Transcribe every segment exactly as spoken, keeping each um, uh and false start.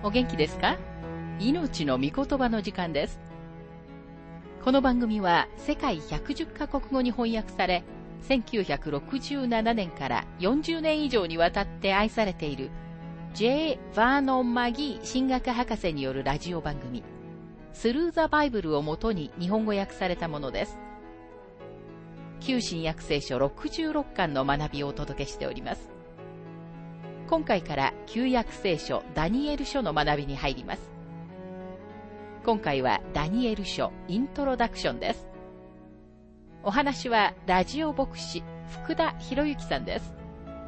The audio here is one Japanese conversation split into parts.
お元気ですか？命の御言葉の時間です。この番組は世界ひゃくじゅっカ国語に翻訳され、せんきゅうひゃくろくじゅうななねんからよんじゅうねん以上にわたって愛されている J. バーノン・マギー神学博士によるラジオ番組、スルー・ザ・バイブルをもとに日本語訳されたものです。旧新約聖書ろくじゅうろっかんの学びをお届けしております。今回から旧約聖書ダニエル書の学びに入ります。今回はダニエル書イントロダクションです。お話はラジオ牧師福田博之さんです。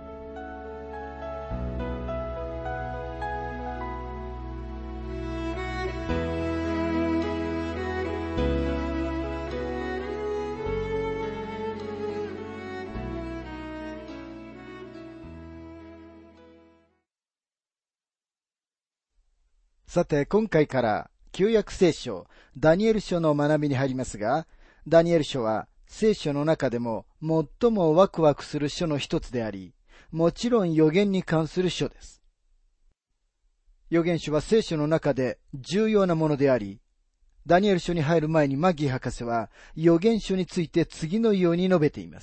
さて、今回から旧約聖書ダニエル書の学びに入りますが、ダニエル書は聖書の中でも最もワクワクする書の一つであり、もちろん預言に関する書です。預言書は聖書の中で重要なものであり、ダニエル書に入る前にマギー博士は預言書について次のように述べています。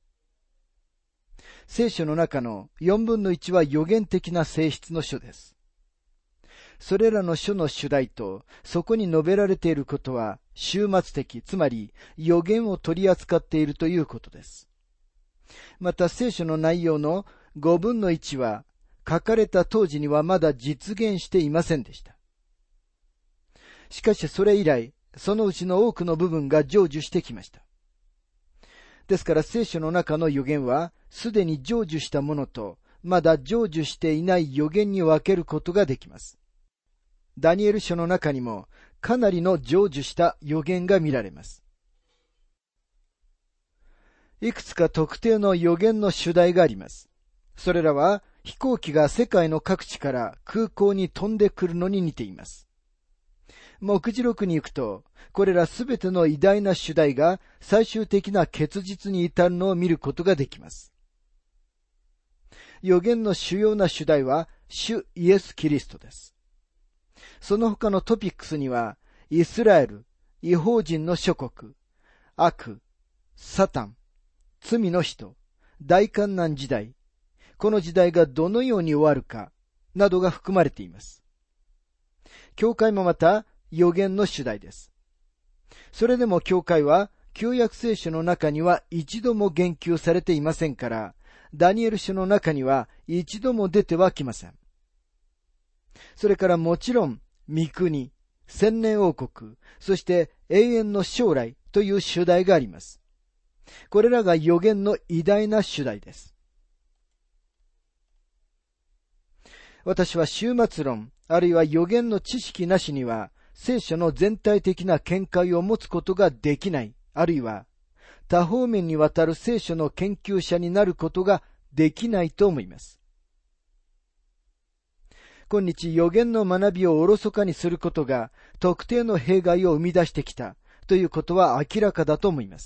聖書の中のよんぶんのいちは預言的な性質の書です。それらの書の主題と、そこに述べられていることは、終末的、つまり預言を取り扱っているということです。また聖書の内容のごぶんのいちは、書かれた当時にはまだ実現していませんでした。しかしそれ以来、そのうちの多くの部分が成就してきました。ですから聖書の中の預言は、すでに成就したものと、まだ成就していない預言に分けることができます。ダニエル書の中にもかなりの成就した預言が見られます。いくつか特定の預言の主題があります。それらは飛行機が世界の各地から空港に飛んでくるのに似ています。目次録に行くと、これらすべての偉大な主題が最終的な結実に至るのを見ることができます。預言の主要な主題は主イエス・キリストです。その他のトピックスには、イスラエル、異邦人の諸国、悪、サタン、罪の人、大観難時代、この時代がどのように終わるか、などが含まれています。教会もまた預言の主題です。それでも教会は、旧約聖書の中には一度も言及されていませんから、ダニエル書の中には一度も出てはきません。それからもちろん、御国、千年王国、そして永遠の将来という主題があります。これらが預言の偉大な主題です。私は終末論、あるいは預言の知識なしには、聖書の全体的な見解を持つことができない、あるいは多方面にわたる聖書の研究者になることができないと思います。今日預言の学びをおろそかにすることが特定の弊害を生み出してきたということは明らかだと思います。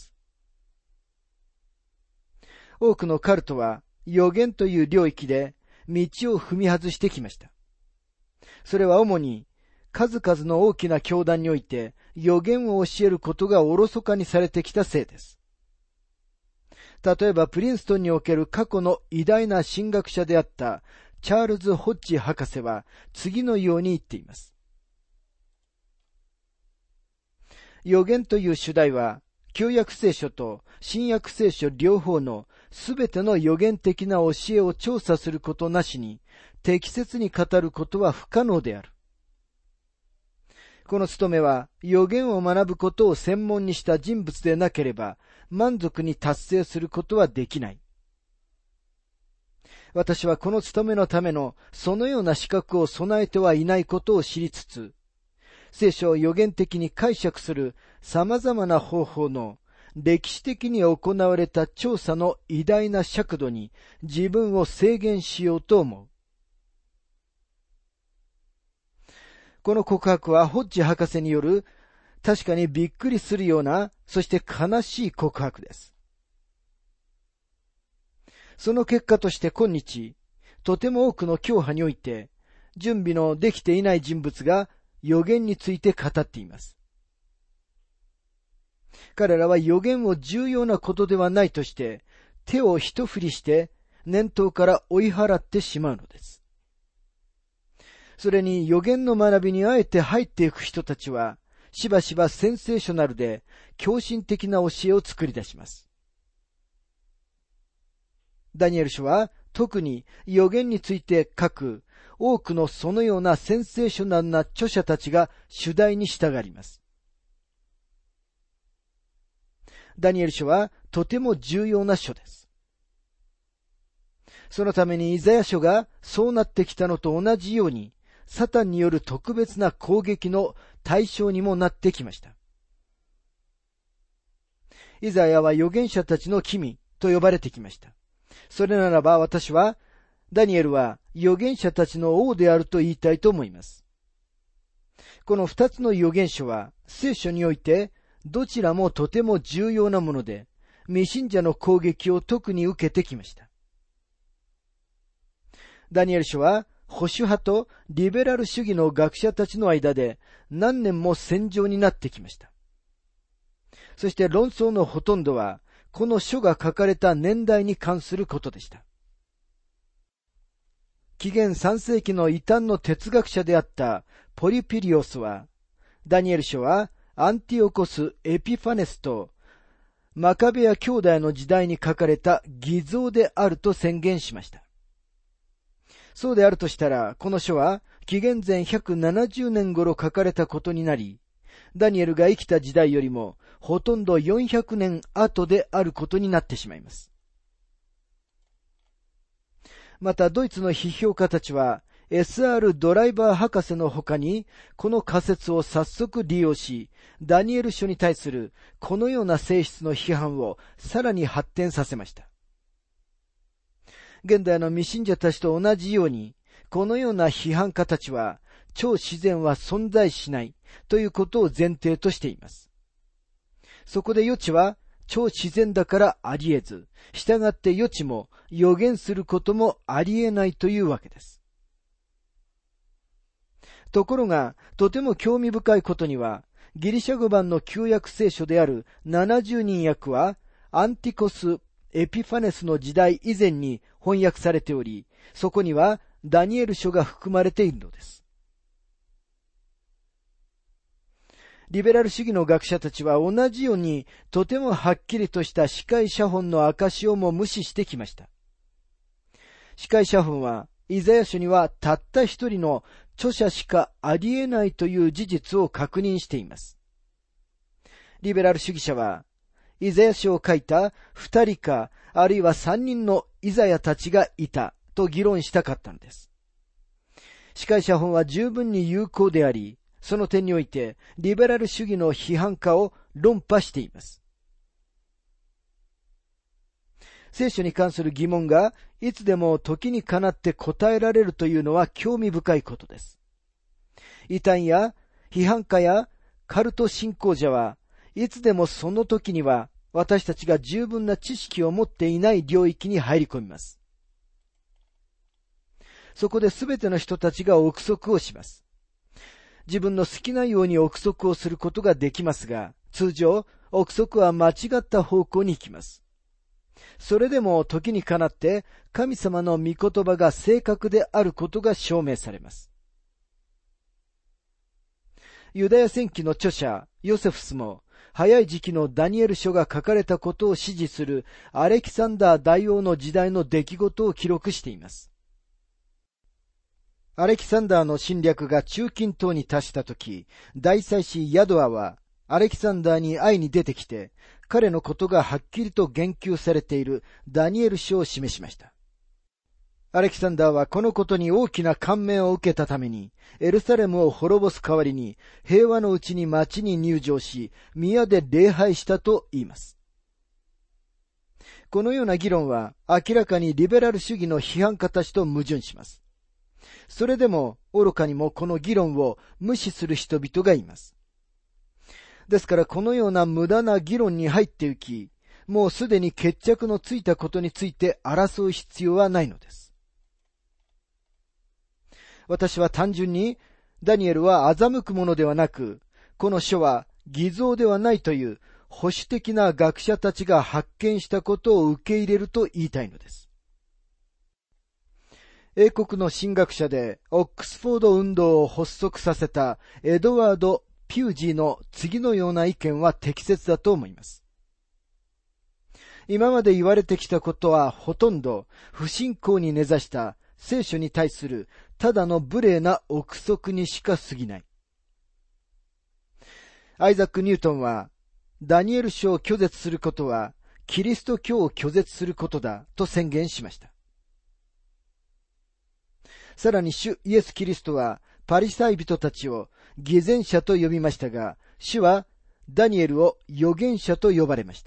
多くのカルトは預言という領域で道を踏み外してきました。それは主に数々の大きな教団において預言を教えることがおろそかにされてきたせいです。例えばプリンストンにおける過去の偉大な神学者であったチャールズ・ホッジ博士は次のように言っています。預言という主題は、旧約聖書と新約聖書両方のすべての預言的な教えを調査することなしに、適切に語ることは不可能である。この務めは、預言を学ぶことを専門にした人物でなければ、満足に達成することはできない。私はこの務めのためのそのような資格を備えてはいないことを知りつつ、聖書を予言的に解釈する様々な方法の歴史的に行われた調査の偉大な尺度に自分を制限しようと思う。この告白はホッジ博士による確かにびっくりするような、そして悲しい告白です。その結果として今日、とても多くの教派において、 準備のできていない人物が預言について語っています。彼らは預言を重要なことではないとして、手を一振りして念頭から追い払ってしまうのです。それに預言の学びにあえて入っていく人たちは、しばしばセンセーショナルで狂信的な教えを作り出します。ダニエル書は特に預言について書く多くのそのようなセンセーショナルな著者たちが主題に従います。ダニエル書はとても重要な書です。そのためにイザヤ書がそうなってきたのと同じように、サタンによる特別な攻撃の対象にもなってきました。イザヤは預言者たちの君と呼ばれてきました。それならば私は、ダニエルは預言者たちの王であると言いたいと思います。この二つの預言書は聖書においてどちらもとても重要なもので、未信者の攻撃を特に受けてきました。ダニエル書は保守派とリベラル主義の学者たちの間で何年も戦場になってきました。そして論争のほとんどはこの書が書かれた年代に関することでした。紀元さん世紀の異端の哲学者であったポリピリオスは、ダニエル書はアンティオコス・エピファネスとマカベア兄弟の時代に書かれた偽造であると宣言しました。そうであるとしたら、この書は紀元前ひゃくななじゅうねん頃書かれたことになり、ダニエルが生きた時代よりもほとんどよんひゃくねん後であることになってしまいます。またドイツの批評家たちは エスアール ドライバー博士の他にこの仮説を早速利用し、ダニエル書に対するこのような性質の批判をさらに発展させました。現代の未信者たちと同じように、このような批判家たちは超自然は存在しないということを前提としています。そこで予知は超自然だからあり得ず、従って予知も予言することもあり得ないというわけです。ところが、とても興味深いことには、ギリシャ語版の旧約聖書であるななじゅうにん訳は、アンティコス・エピファネスの時代以前に翻訳されており、そこにはダニエル書が含まれているのです。リベラル主義の学者たちは同じようにとてもはっきりとした司会写本の証をも無視してきました。司会写本はイザヤ書にはたった一人の著者しかありえないという事実を確認しています。リベラル主義者はイザヤ書を書いた二人かあるいは三人のイザヤたちがいたと議論したかったのです。司会写本は十分に有効であり、その点においてリベラル主義の批判家を論破しています。聖書に関する疑問がいつでも時にかなって答えられるというのは興味深いことです。異端や批判家やカルト信仰者はいつでもその時には私たちが十分な知識を持っていない領域に入り込みます。そこで全ての人たちが憶測をします。自分の好きなように憶測をすることができますが、通常憶測は間違った方向に行きます。それでも時にかなって神様の御言葉が正確であることが証明されます。ユダヤ戦記の著者ヨセフスも早い時期のダニエル書が書かれたことを支持するアレキサンダー大王の時代の出来事を記録しています。アレキサンダーの侵略が中近東に達したとき、大祭司ヤドアはアレキサンダーに会いに出てきて、彼のことがはっきりと言及されているダニエル書を示しました。アレキサンダーはこのことに大きな感銘を受けたために、エルサレムを滅ぼす代わりに平和のうちに町に入城し、宮で礼拝したと言います。このような議論は明らかにリベラル主義の批判家たちと矛盾します。それでも愚かにもこの議論を無視する人々がいます。ですからこのような無駄な議論に入っていき、もうすでに決着のついたことについて争う必要はないのです。 私は単純にダニエルは欺くものではなく、この書は偽造ではないという保守的な学者たちが発見したことを受け入れると言いたいのです。英国の神学者でオックスフォード運動を発足させたエドワード・ピュージーの次のような意見は適切だと思います。今まで言われてきたことはほとんど不信仰に根ざした聖書に対するただの無礼な憶測にしか過ぎない。アイザック・ニュートンは、ダニエル書を拒絶することはキリスト教を拒絶することだと宣言しました。さらに主イエス・キリストはパリサイ人たちを偽善者と呼びましたが、主はダニエルを預言者と呼ばれました。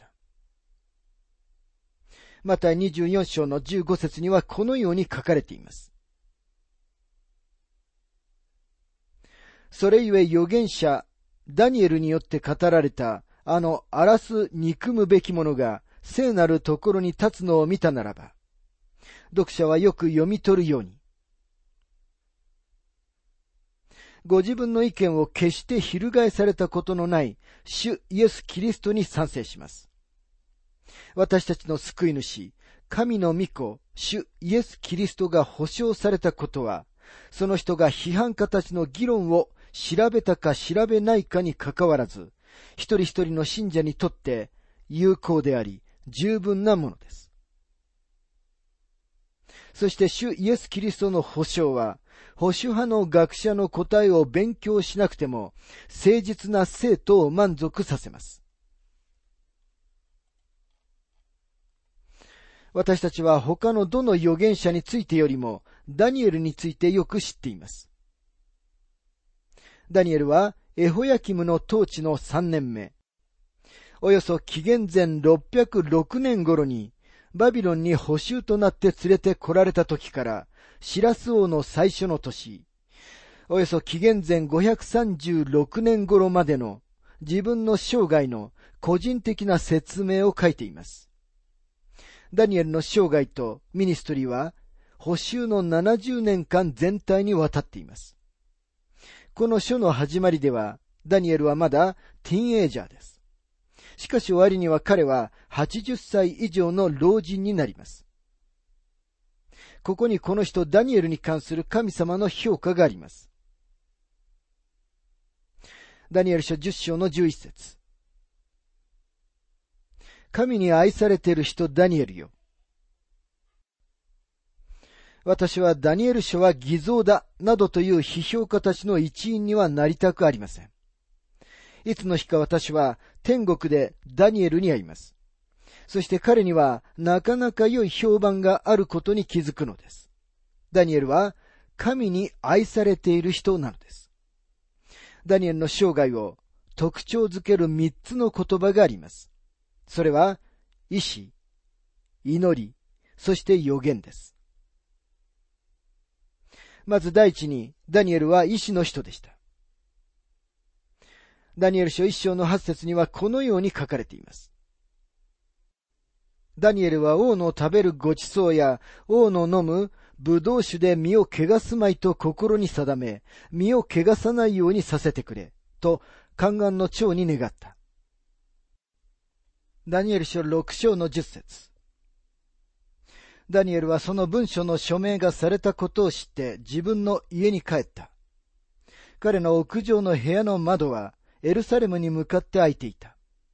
マタイにじゅうよん章のじゅうご節にはこのように書かれています。それゆえ預言者ダニエルによって語られたあの荒らす憎むべきものが聖なるところに立つのを見たならば、読者はよく読み取るように、ご自分の意見を決して翻されたことのない主イエス・キリストに賛成します。私たちの救い主、神の御子、主イエス・キリストが保証されたことは、その人が批判家たちの議論を調べたか調べないかにかかわらず、一人一人の信者にとって有効であり、十分なものです。そして主イエス・キリストの保証は、保守派の学者の答えを勉強しなくても、誠実な生徒を満足させます。私たちは他のどの預言者についてよりも、ダニエルについてよく知っています。ダニエルは、エホヤキムの統治のさんねんめ、およそ紀元前ろっぴゃくろくねん頃に、バビロンに捕囚となって連れて来られた時から、シラス王の最初の年、およそ紀元前ごひゃくさんじゅうろくねん頃までの自分の生涯の個人的な説明を書いています。ダニエルの生涯とミニストリーは、捕囚のななじゅうねんかん全体にわたっています。この書の始まりでは、ダニエルはまだティーンエイジャーです。しかし終わりには彼ははちじゅっさい以上の老人になります。ここにこの人ダニエルに関する神様の評価があります。ダニエル書じゅっ章のじゅういち節。神に愛されている人ダニエルよ。私はダニエル書は偽造だ、などという批評家たちの一員にはなりたくありません。いつの日か私は天国でダニエルに会います。そして彼にはなかなか良い評判があることに気づくのです。ダニエルは神に愛されている人なのです。ダニエルの生涯を特徴づける三つの言葉があります。それは、意志、祈り、そして預言です。まず第一に、ダニエルは意志の人でした。ダニエル書一章の八節にはこのように書かれています。ダニエルは王の食べるごちそうや王の飲むブドウ酒で身を汚すまいと心に定め、身を汚さないようにさせてくれ、と宦官の長に願った。ダニエル書六章の十節。ダニエルはその文書の署名がされたことを知って自分の家に帰った。彼の屋上の部屋の窓はエルサレムに向かって開いていた。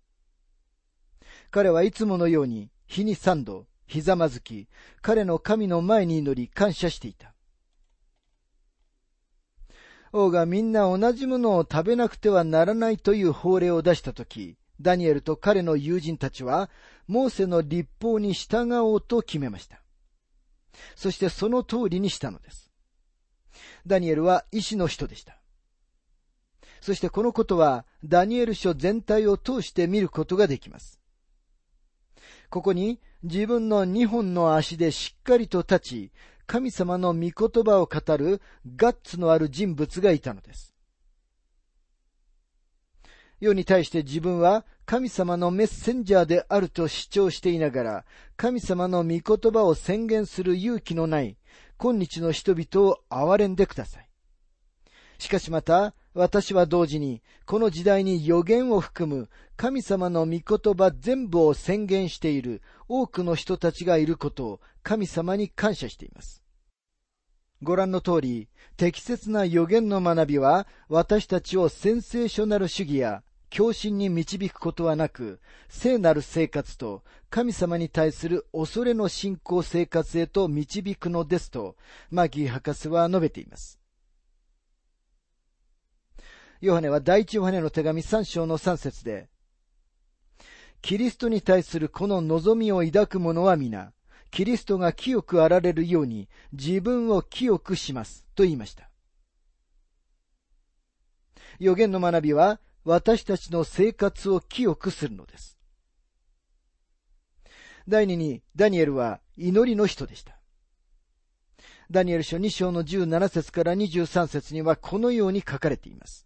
彼はいつものように日に三度ひざまずき、彼の神の前に祈り感謝していた。王がみんな同じものを食べなくてはならないという法令を出したとき、ダニエルと彼の友人たちはモーセの律法に従おうと決めました。そしてその通りにしたのです。ダニエルは意志の人でした。そしてこのことはダニエル書全体を通して見ることができます。ここに自分の二本の足でしっかりと立ち、神様の御言葉を語るガッツのある人物がいたのです。世に対して自分は神様のメッセンジャーであると主張していながら、神様の御言葉を宣言する勇気のない、 今日の人々を憐れんでください。しかしまた、私は同時に、この時代に預言を含む神様の御言葉全部を宣言している多くの人たちがいることを神様に感謝しています。ご覧の通り、適切な預言の学びは、私たちをセンセーショナル主義や狂信に導くことはなく、聖なる生活と神様に対する恐れの信仰生活へと導くのですと、マギー博士は述べています。ヨハネは第一ヨハネの手紙さん章のさん節で、キリストに対するこの望みを抱く者は皆、キリストが清くあられるように自分を清くしますと言いました。預言の学びは私たちの生活を清くするのです。第二に、ダニエルは祈りの人でした。ダニエル書に章のじゅうなな節からにじゅうさん節にはこのように書かれています。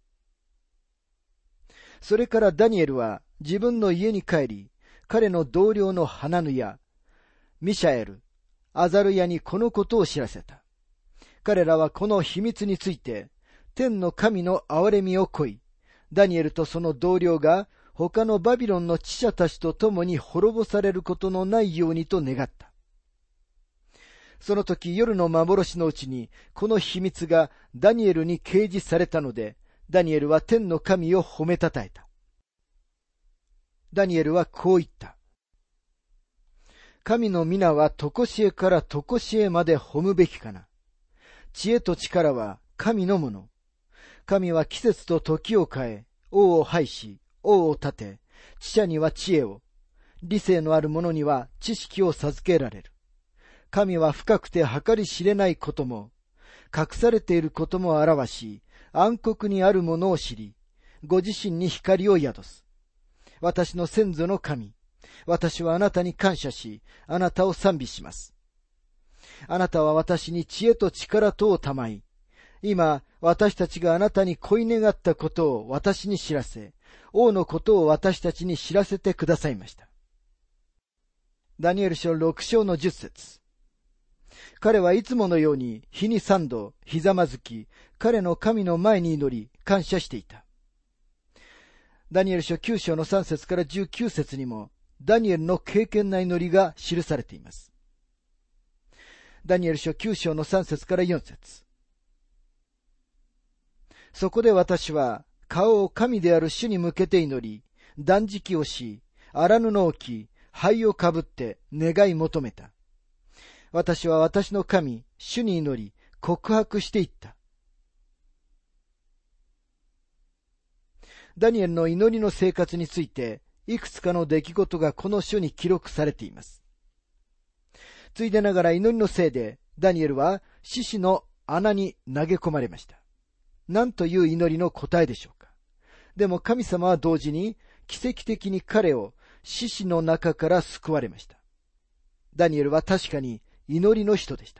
それからダニエルは自分の家に帰り、彼の同僚のハナヌヤ、ミシャエル、アザルヤにこのことを知らせた。彼らはこの秘密について、天の神の憐れみを乞い、ダニエルとその同僚が他のバビロンの知者たちと共に滅ぼされることのないようにと願った。その時夜の幻のうちに、この秘密がダニエルに掲示されたので、ダニエルは天の神を褒めたたえた。ダニエルはこう言った。神の皆はとこしえからとこしえまで褒むべきかな。知恵と力は神のもの。神は季節と時を変え、王を拝し、王を立て、知者には知恵を、理性のある者には知識を授けられる。神は深くて計り知れないことも、隠されていることも表し、暗黒にあるものを知り、ご自身に光を宿す。私の先祖の神、私はあなたに感謝し、あなたを賛美します。あなたは私に知恵と力とを賜い、今、私たちがあなたに恋願ったことを私に知らせ、王のことを私たちに知らせてくださいました。ダニエル書ろく章のじゅっ節。彼はいつものように日に三度ひざまずき、彼の神の前に祈り感謝していた。ダニエル書きゅう章のさん節からじゅうきゅう節にもダニエルの敬虔な祈りが記されています。ダニエル書きゅう章のさん節からよん節。そこで私は顔を神である主に向けて祈り、断食をし、荒布を着、灰をかぶって願い求めた。私は私の神、主に祈り、告白していった。ダニエルの祈りの生活について、いくつかの出来事がこの書に記録されています。ついでながら祈りのせいで、ダニエルは獅子の穴に投げ込まれました。何という祈りの答えでしょうか。でも神様は同時に奇跡的に彼を獅子の中から救われました。ダニエルは確かに祈りの人でした。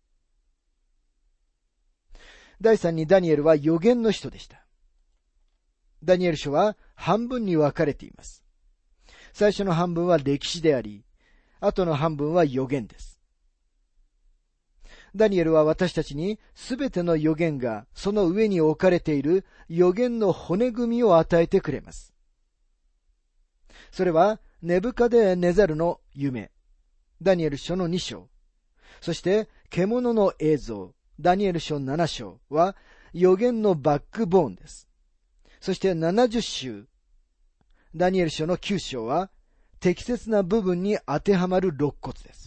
第三にダニエルは預言の人でした。ダニエル書は半分に分かれています。最初の半分は歴史であり、後の半分は預言です。ダニエルは私たちにすべての預言がその上に置かれている預言の骨組みを与えてくれます。それはネブカデネザルの夢、ダニエル書のに章、そして獣の映像、ダニエル書なな章は預言のバックボーンです。そしてななじゅっ週、ダニエル書のきゅう章は適切な部分に当てはまる肋骨です。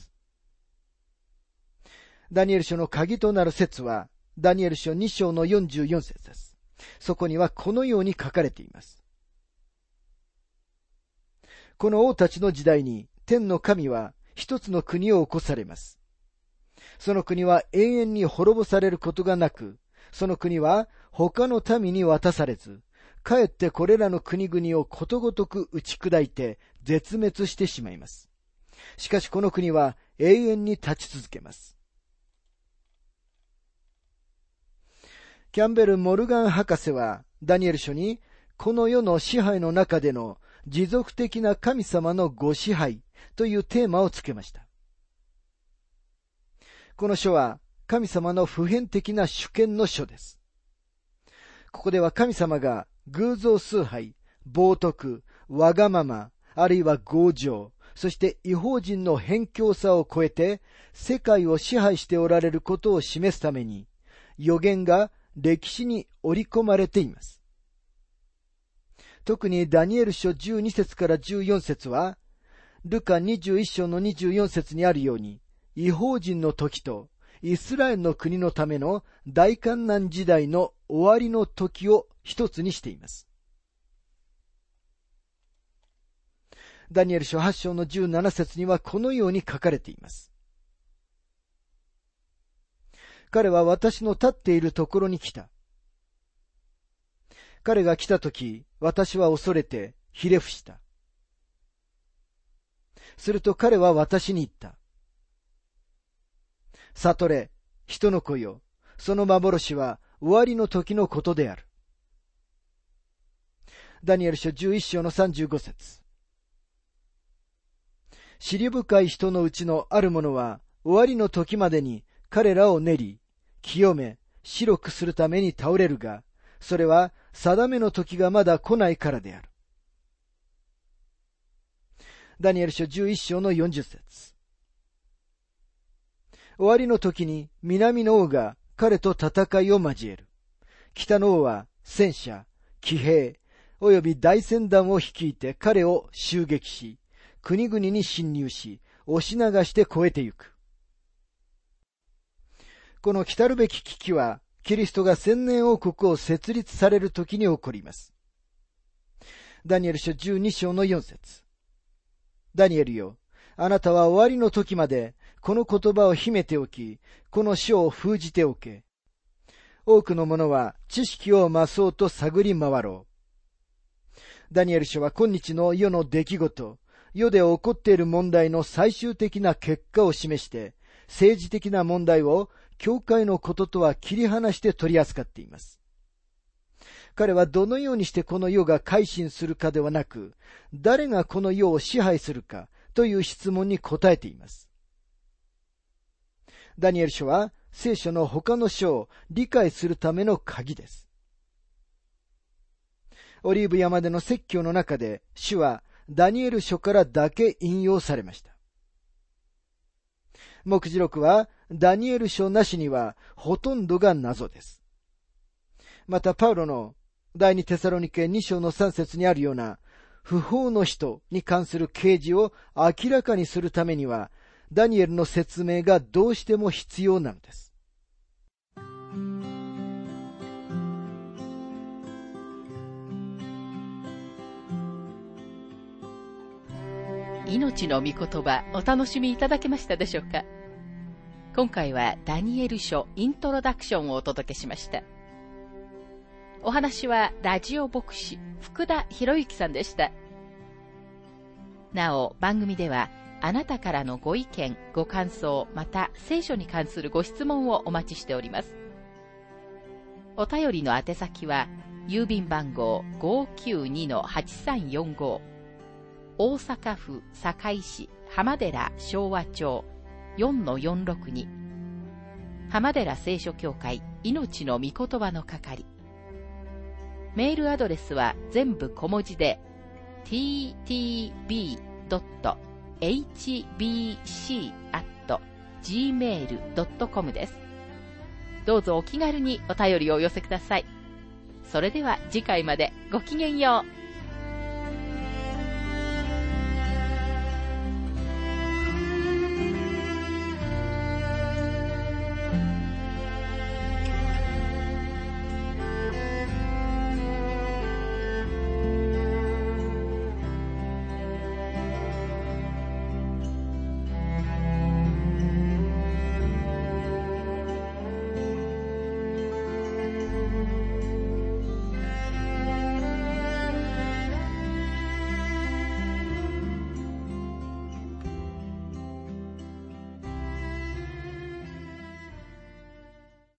ダニエル書の鍵となる説はダニエル書に章のよんじゅうよん節です。そこにはこのように書かれています。この王たちの時代に天の神は一つの国を起こされます。その国は永遠に滅ぼされることがなく、その国は他の民に渡されず、かえってこれらの国々をことごとく打ち砕いて絶滅してしまいます。しかしこの国は永遠に立ち続けます。キャンベル・モルガン博士はダニエル書にこの世の支配の中での持続的な神様のご支配というテーマをつけました。 この書は神様の普遍的な主権の書です。ここでは神様が偶像崇拝、冒涜、わがまま、あるいは強情、そして異邦人の偏境さを超えて世界を支配しておられることを示すために、預言が歴史に織り込まれています。特にダニエル書じゅうに節からじゅうよん節は、ルカにじゅういっ章のにじゅうよん節にあるように、異邦人の時とイスラエルの国のための大患難時代の終わりの時を一つにしています。ダニエル書はち章のじゅうなな節にはこのように書かれています。彼は私の立っているところに来た。彼が来たとき、私は恐れてひれ伏した。すると彼は私に言った。悟れ、人の子よ、その幻は終わりの時のことである。ダニエル書じゅういっ章のさんじゅうご節。思慮深い人のうちのある者は終わりの時までに彼らを練り、清め、白くするために倒れるが、それは定めの時がまだ来ないからである。ダニエル書じゅういっ章のよんじゅう節。終わりの時に南の王が彼と戦いを交える。北の王は戦車、騎兵、および大船団を率いて彼を襲撃し、国々に侵入し、押し流して越えてゆく。この来たるべき危機は、キリストが千年王国を設立される時に起こります。ダニエル書じゅうに章のよん節。ダニエルよ、あなたは終わりの時まで、この言葉を秘めておき、この書を封じておけ。多くの者は知識を増そうと探り回ろう。ダニエル書は今日の世の出来事、世で起こっている問題の最終的な結果を示して、政治的な問題を教会のこととは切り離して取り扱っています。彼はどのようにしてこの世が改心するかではなく、誰がこの世を支配するかという質問に答えています。ダニエル書は聖書の他の書を理解するための鍵です。オリーブ山での説教の中で主はダニエル書からだけ引用されました。目次録はダニエル書なしにはほとんどが謎です。またパウロの第二テサロニケに章のさん節にあるような不法の人に関する啓示を明らかにするためにはダニエルの説明がどうしても必要なのです。 命の御言葉、お楽しみいただけましたでしょうか。今回はダニエル書イントロダクションをお届けしました。お話はラジオ牧師福田博之さんでした。なお番組ではあなたからのご意見、ご感想、また聖書に関するご質問をお待ちしております。お便りの宛先は郵便番号 ごーきゅうにのはちさんよんご、大阪府堺市浜寺昭和町 よんのよんろくに、浜寺聖書協会命の御言葉の係。メールアドレスは全部小文字で ティーティービードットエイチビーシーアットジーメールドットコム です。どうぞお気軽にお便りをお寄せください。それでは次回までごきげんよう。